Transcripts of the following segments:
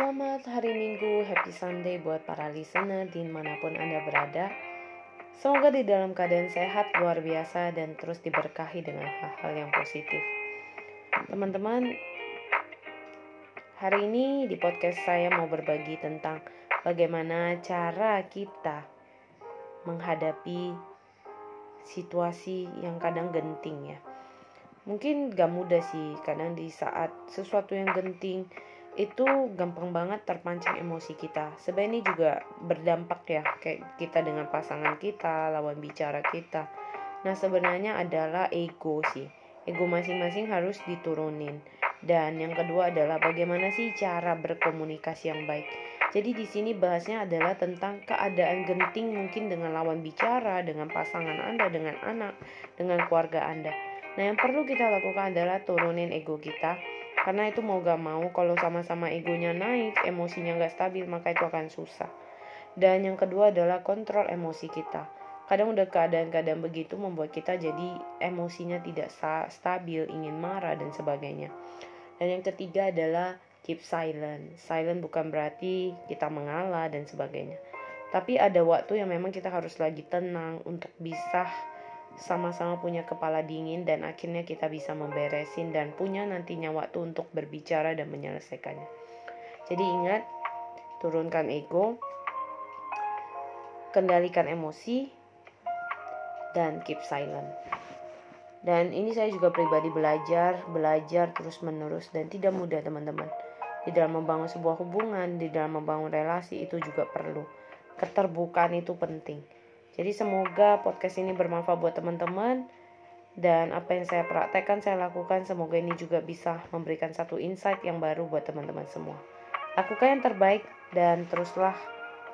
Selamat hari Minggu, happy Sunday buat para listener dimanapun Anda berada. Semoga di dalam keadaan sehat luar biasa dan terus diberkahi dengan hal-hal yang positif. Teman-teman, hari ini di podcast saya mau berbagi tentang bagaimana cara kita menghadapi situasi yang kadang genting ya. Mungkin gak mudah sih, kadang di saat sesuatu yang genting itu gampang banget terpancing emosi kita. Sebenarnya ini juga berdampak ya, kayak kita dengan pasangan kita, lawan bicara kita. Nah sebenarnya adalah ego sih. Ego masing-masing harus diturunin. Dan yang kedua adalah bagaimana sih cara berkomunikasi yang baik. Jadi di sini bahasnya adalah tentang keadaan genting mungkin dengan lawan bicara, dengan pasangan Anda, dengan anak, dengan keluarga Anda. Nah yang perlu kita lakukan adalah turunin ego kita. Karena itu mau gak mau kalau sama-sama egonya naik, emosinya gak stabil, maka itu akan susah. Dan yang kedua adalah kontrol emosi kita. Kadang udah keadaan-keadaan begitu membuat kita jadi emosinya tidak stabil, ingin marah dan sebagainya. Dan yang ketiga adalah keep silent. Silent bukan berarti kita mengalah dan sebagainya. Tapi ada waktu yang memang kita harus lagi tenang untuk bisa sama-sama punya kepala dingin dan akhirnya kita bisa memberesin dan punya nantinya waktu untuk berbicara dan menyelesaikannya. Jadi ingat, turunkan ego, kendalikan emosi, dan keep silent. Dan ini saya juga pribadi belajar terus menerus dan tidak mudah teman-teman. Di dalam membangun sebuah hubungan, di dalam membangun relasi itu juga perlu. Keterbukaan itu penting. Jadi semoga podcast ini bermanfaat buat teman-teman. Dan apa yang saya praktekkan, saya lakukan. Semoga ini juga bisa memberikan satu insight yang baru buat teman-teman semua. Lakukan yang terbaik dan teruslah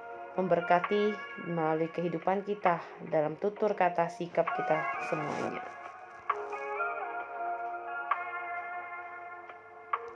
memberkati melalui kehidupan kita dalam tutur kata sikap kita semuanya.